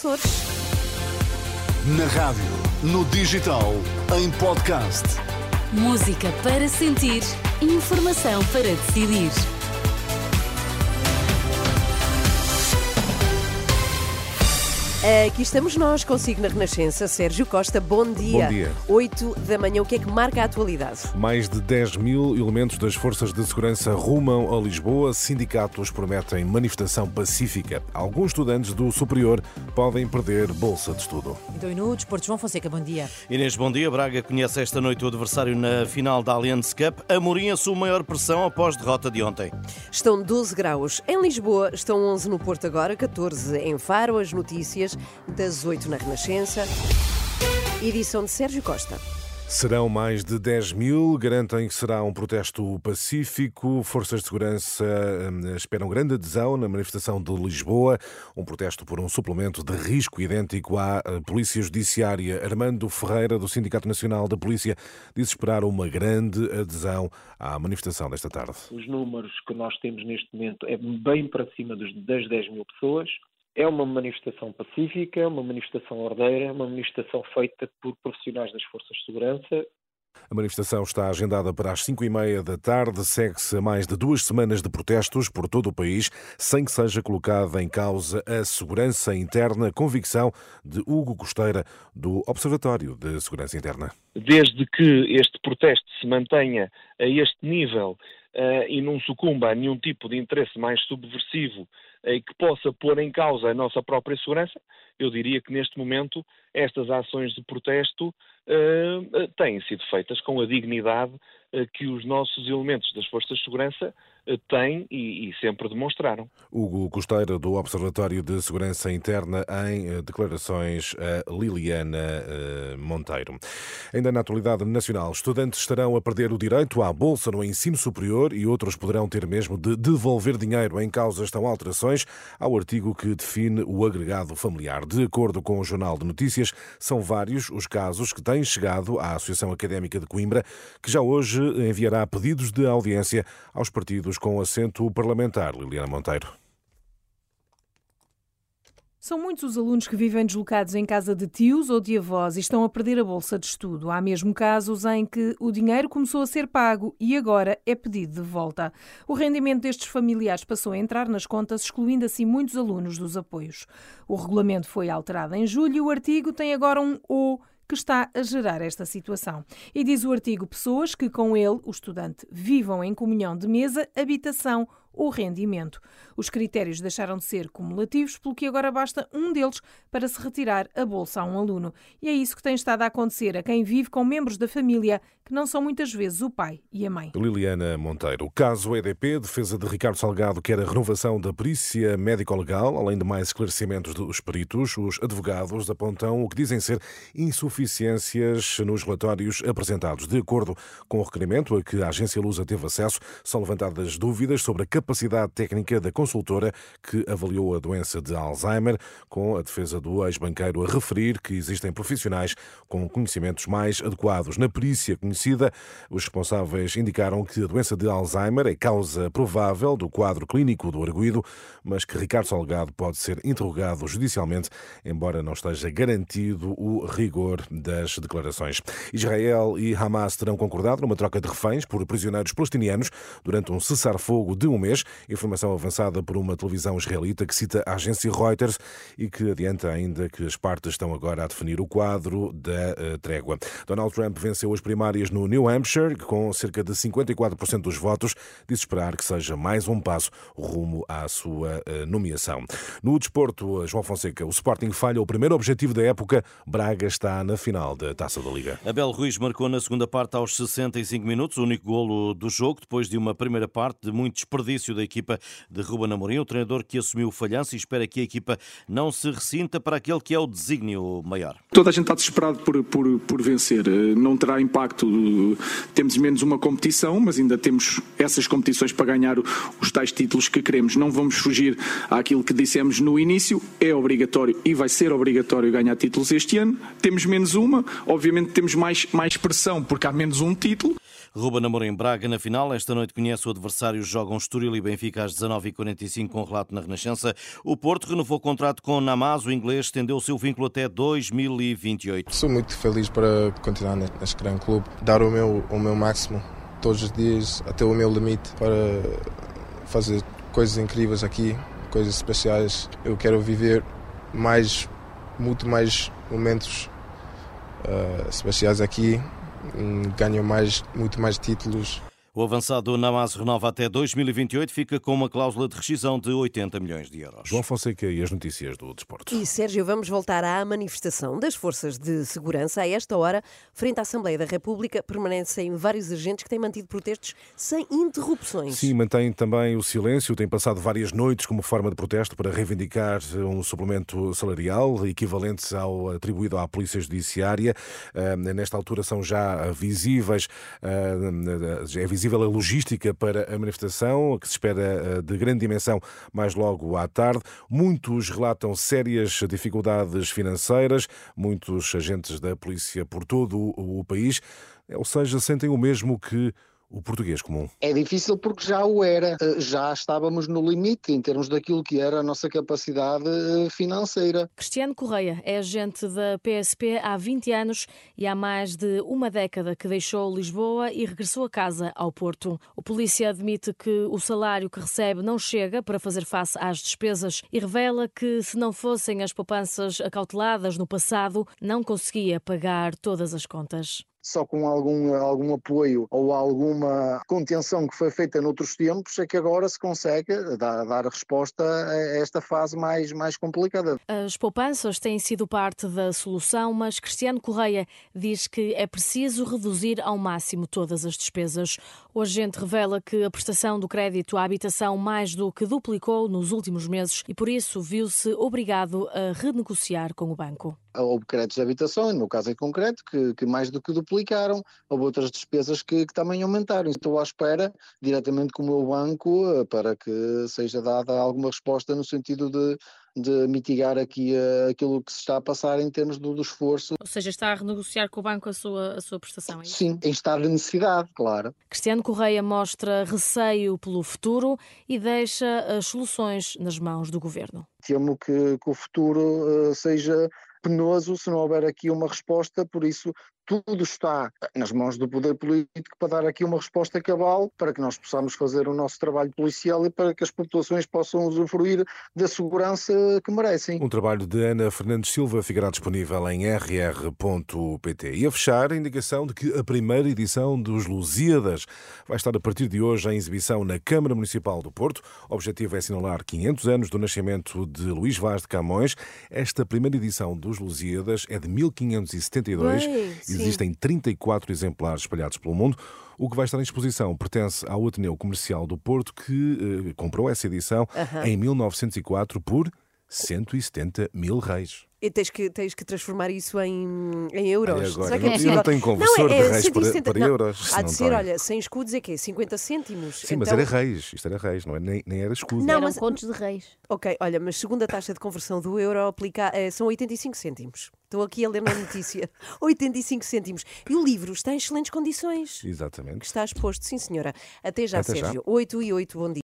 Açores. Na rádio, no digital, em podcast. Música para sentir, informação para decidir. Aqui estamos nós, consigo na Renascença. Sérgio Costa, bom dia. Bom dia. 8 da manhã, o que é que marca a atualidade? Mais de 10 mil elementos das forças de segurança rumam a Lisboa. Sindicatos prometem manifestação pacífica. Alguns estudantes do superior podem perder bolsa de estudo. Então, e no desporto, João Fonseca, bom dia. Inês, bom dia. Braga conhece esta noite o adversário na final da Allianz Cup. Amorim assume maior pressão após derrota de ontem. Estão 12 graus em Lisboa, estão 11 no Porto agora, 14 em Faro. As notícias das 8 na Renascença. Edição de Sérgio Costa. Serão mais de 10 mil, garantem que será um protesto pacífico. Forças de segurança esperam grande adesão na manifestação de Lisboa. Um protesto por um suplemento de risco idêntico à Polícia Judiciária. Armando Ferreira, do Sindicato Nacional da Polícia, diz esperar uma grande adesão à manifestação desta tarde. Os números que nós temos neste momento é bem para cima das 10 mil pessoas. É uma manifestação pacífica, uma manifestação ordeira, uma manifestação feita por profissionais das forças de segurança. A manifestação está agendada para as 5h30 da tarde. Segue-se a mais de 2 semanas de protestos por todo o país, sem que seja colocada em causa a segurança interna, convicção de Hugo Costeira, do Observatório de Segurança Interna. Desde que este protesto se mantenha a este nível e não sucumba a nenhum tipo de interesse mais subversivo que possa pôr em causa a nossa própria segurança, eu diria que neste momento estas ações de protesto têm sido feitas com a dignidade que os nossos elementos das forças de segurança têm e sempre demonstraram. Hugo Costeira, do Observatório de Segurança Interna, em declarações a Liliana Monteiro. Ainda na atualidade nacional, estudantes estarão a perder o direito à bolsa no ensino superior e outros poderão ter mesmo de devolver dinheiro. Em causa estão alterações ao artigo que define o agregado familiar. De acordo com o Jornal de Notícias, são vários os casos que têm chegado à Associação Académica de Coimbra, que já hoje enviará pedidos de audiência aos partidos com assento parlamentar. Liliana Monteiro. São muitos os alunos que vivem deslocados em casa de tios ou de avós e estão a perder a bolsa de estudo. Há mesmo casos em que o dinheiro começou a ser pago e agora é pedido de volta. O rendimento destes familiares passou a entrar nas contas, excluindo assim muitos alunos dos apoios. O regulamento foi alterado em julho e o artigo tem agora um "ou" que está a gerar esta situação. E diz o artigo: pessoas que com ele, o estudante, vivam em comunhão de mesa, habitação ou rendimento. Os critérios deixaram de ser cumulativos, pelo que agora basta um deles para se retirar a bolsa a um aluno. E é isso que tem estado a acontecer a quem vive com membros da família, que não são muitas vezes o pai e a mãe. Liliana Monteiro. O caso EDP, defesa de Ricardo Salgado, quer a renovação da perícia médico-legal, além de mais esclarecimentos dos peritos. Os advogados apontam o que dizem ser insuficiências nos relatórios apresentados. De acordo com o requerimento a que a agência Lusa teve acesso, são levantadas dúvidas sobre a capacidade técnica da consultora que avaliou a doença de Alzheimer, com a defesa do ex-banqueiro a referir que existem profissionais com conhecimentos mais adequados. Na perícia conhecida, os responsáveis indicaram que a doença de Alzheimer é causa provável do quadro clínico do arguido, mas que Ricardo Salgado pode ser interrogado judicialmente, embora não esteja garantido o rigor das declarações. Israel e Hamas terão concordado numa troca de reféns por prisioneiros palestinianos durante um cessar-fogo de um mês. Informação avançada por uma televisão israelita que cita a agência Reuters e que adianta ainda que as partes estão agora a definir o quadro da trégua. Donald Trump venceu as primárias no New Hampshire com cerca de 54% dos votos. Diz esperar que seja mais um passo rumo à sua nomeação. No desporto, João Fonseca, o Sporting falha o primeiro objetivo da época. Braga está na final da Taça da Liga. Abel Ruiz marcou na segunda parte aos 65 minutos, o único golo do jogo, depois de uma primeira parte de muito desperdício da equipa de Ruben Amorim, o treinador que assumiu o falhanço e espera que a equipa não se ressinta para aquele que é o desígnio maior. Toda a gente está desesperado por vencer. Não terá impacto. Temos menos uma competição, mas ainda temos essas competições para ganhar os tais títulos que queremos. Não vamos fugir àquilo que dissemos no início. É obrigatório e vai ser obrigatório ganhar títulos este ano. Temos menos uma. Obviamente temos mais pressão porque há menos um título. Ruben Amorim. Braga na final. Esta noite conhece o adversário. Jogam Estoril e Benfica às 19h45 com relato na Renascença. O Porto renovou o contrato com Namaz. O inglês estendeu o seu vínculo até 2028. Sou muito feliz para continuar neste grande clube. Dar o meu máximo todos os dias, até o meu limite, para fazer coisas incríveis aqui, coisas especiais. Eu quero viver muito mais momentos especiais aqui. Ganho muito mais títulos. O avançado Namaz renova até 2028, fica com uma cláusula de rescisão de 80 milhões de euros. João Fonseca e as notícias do desporto. E Sérgio, vamos voltar à manifestação das forças de segurança. A esta hora, frente à Assembleia da República, permanecem vários agentes que têm mantido protestos sem interrupções. Sim, mantém também o silêncio, tem passado várias noites como forma de protesto para reivindicar um suplemento salarial equivalente ao atribuído à Polícia Judiciária. Nesta altura são já visíveis, é visível a logística para a manifestação, que se espera de grande dimensão mais logo à tarde. Muitos relatam sérias dificuldades financeiras, muitos agentes da polícia por todo o país, ou seja, sentem o mesmo que o português comum. É difícil porque já o era, já estávamos no limite em termos daquilo que era a nossa capacidade financeira. Cristiano Correia é agente da PSP há 20 anos e há mais de uma década que deixou Lisboa e regressou a casa, ao Porto. O polícia admite que o salário que recebe não chega para fazer face às despesas e revela que, se não fossem as poupanças acauteladas no passado, não conseguia pagar todas as contas. Só com algum apoio ou alguma contenção que foi feita noutros tempos é que agora se consegue dar resposta a esta fase mais complicada. As poupanças têm sido parte da solução, mas Cristiano Correia diz que é preciso reduzir ao máximo todas as despesas. O agente revela que a prestação do crédito à habitação mais do que duplicou nos últimos meses e por isso viu-se obrigado a renegociar com o banco. Houve créditos de habitação, no caso em concreto, que mais do que duplicaram, houve outras despesas que também aumentaram. Estou à espera, diretamente com o meu banco, para que seja dada alguma resposta no sentido de mitigar aqui aquilo que se está a passar em termos do esforço. Ou seja, está a renegociar com o banco a sua prestação, é isso? Sim, em estado de necessidade, claro. Cristiano Correia mostra receio pelo futuro e deixa as soluções nas mãos do governo. Temo que o futuro seja penoso se não houver aqui uma resposta, por isso tudo está nas mãos do poder político para dar aqui uma resposta cabal para que nós possamos fazer o nosso trabalho policial e para que as populações possam usufruir da segurança que merecem. Um trabalho de Ana Fernandes Silva ficará disponível em rr.pt. E a fechar, a indicação de que a primeira edição dos Lusíadas vai estar a partir de hoje em exibição na Câmara Municipal do Porto. O objetivo é assinalar 500 anos do nascimento de Luís Vaz de Camões. Esta primeira edição dos Lusíadas é de 1572. Existem 34 exemplares espalhados pelo mundo. O que vai estar em exposição pertence ao Ateneu Comercial do Porto, que comprou essa edição em 1904 por 170 mil reis. E tens que transformar isso em euros. Agora, eu não tenho conversor de reis para euros. Há de ser, olha, 100 escudos é quê? 50 cêntimos. Sim, mas era reis. Isto era reis, não é? Nem era escudo. Não, eram contos de reis. Ok, olha, mas segundo a taxa de conversão do euro, são 85 cêntimos. Estou aqui a ler na notícia. 85 cêntimos. E o livro está em excelentes condições. Exatamente. Que está exposto, sim senhora. Até já, Até Sérgio. Já. 8 e 8, bom dia.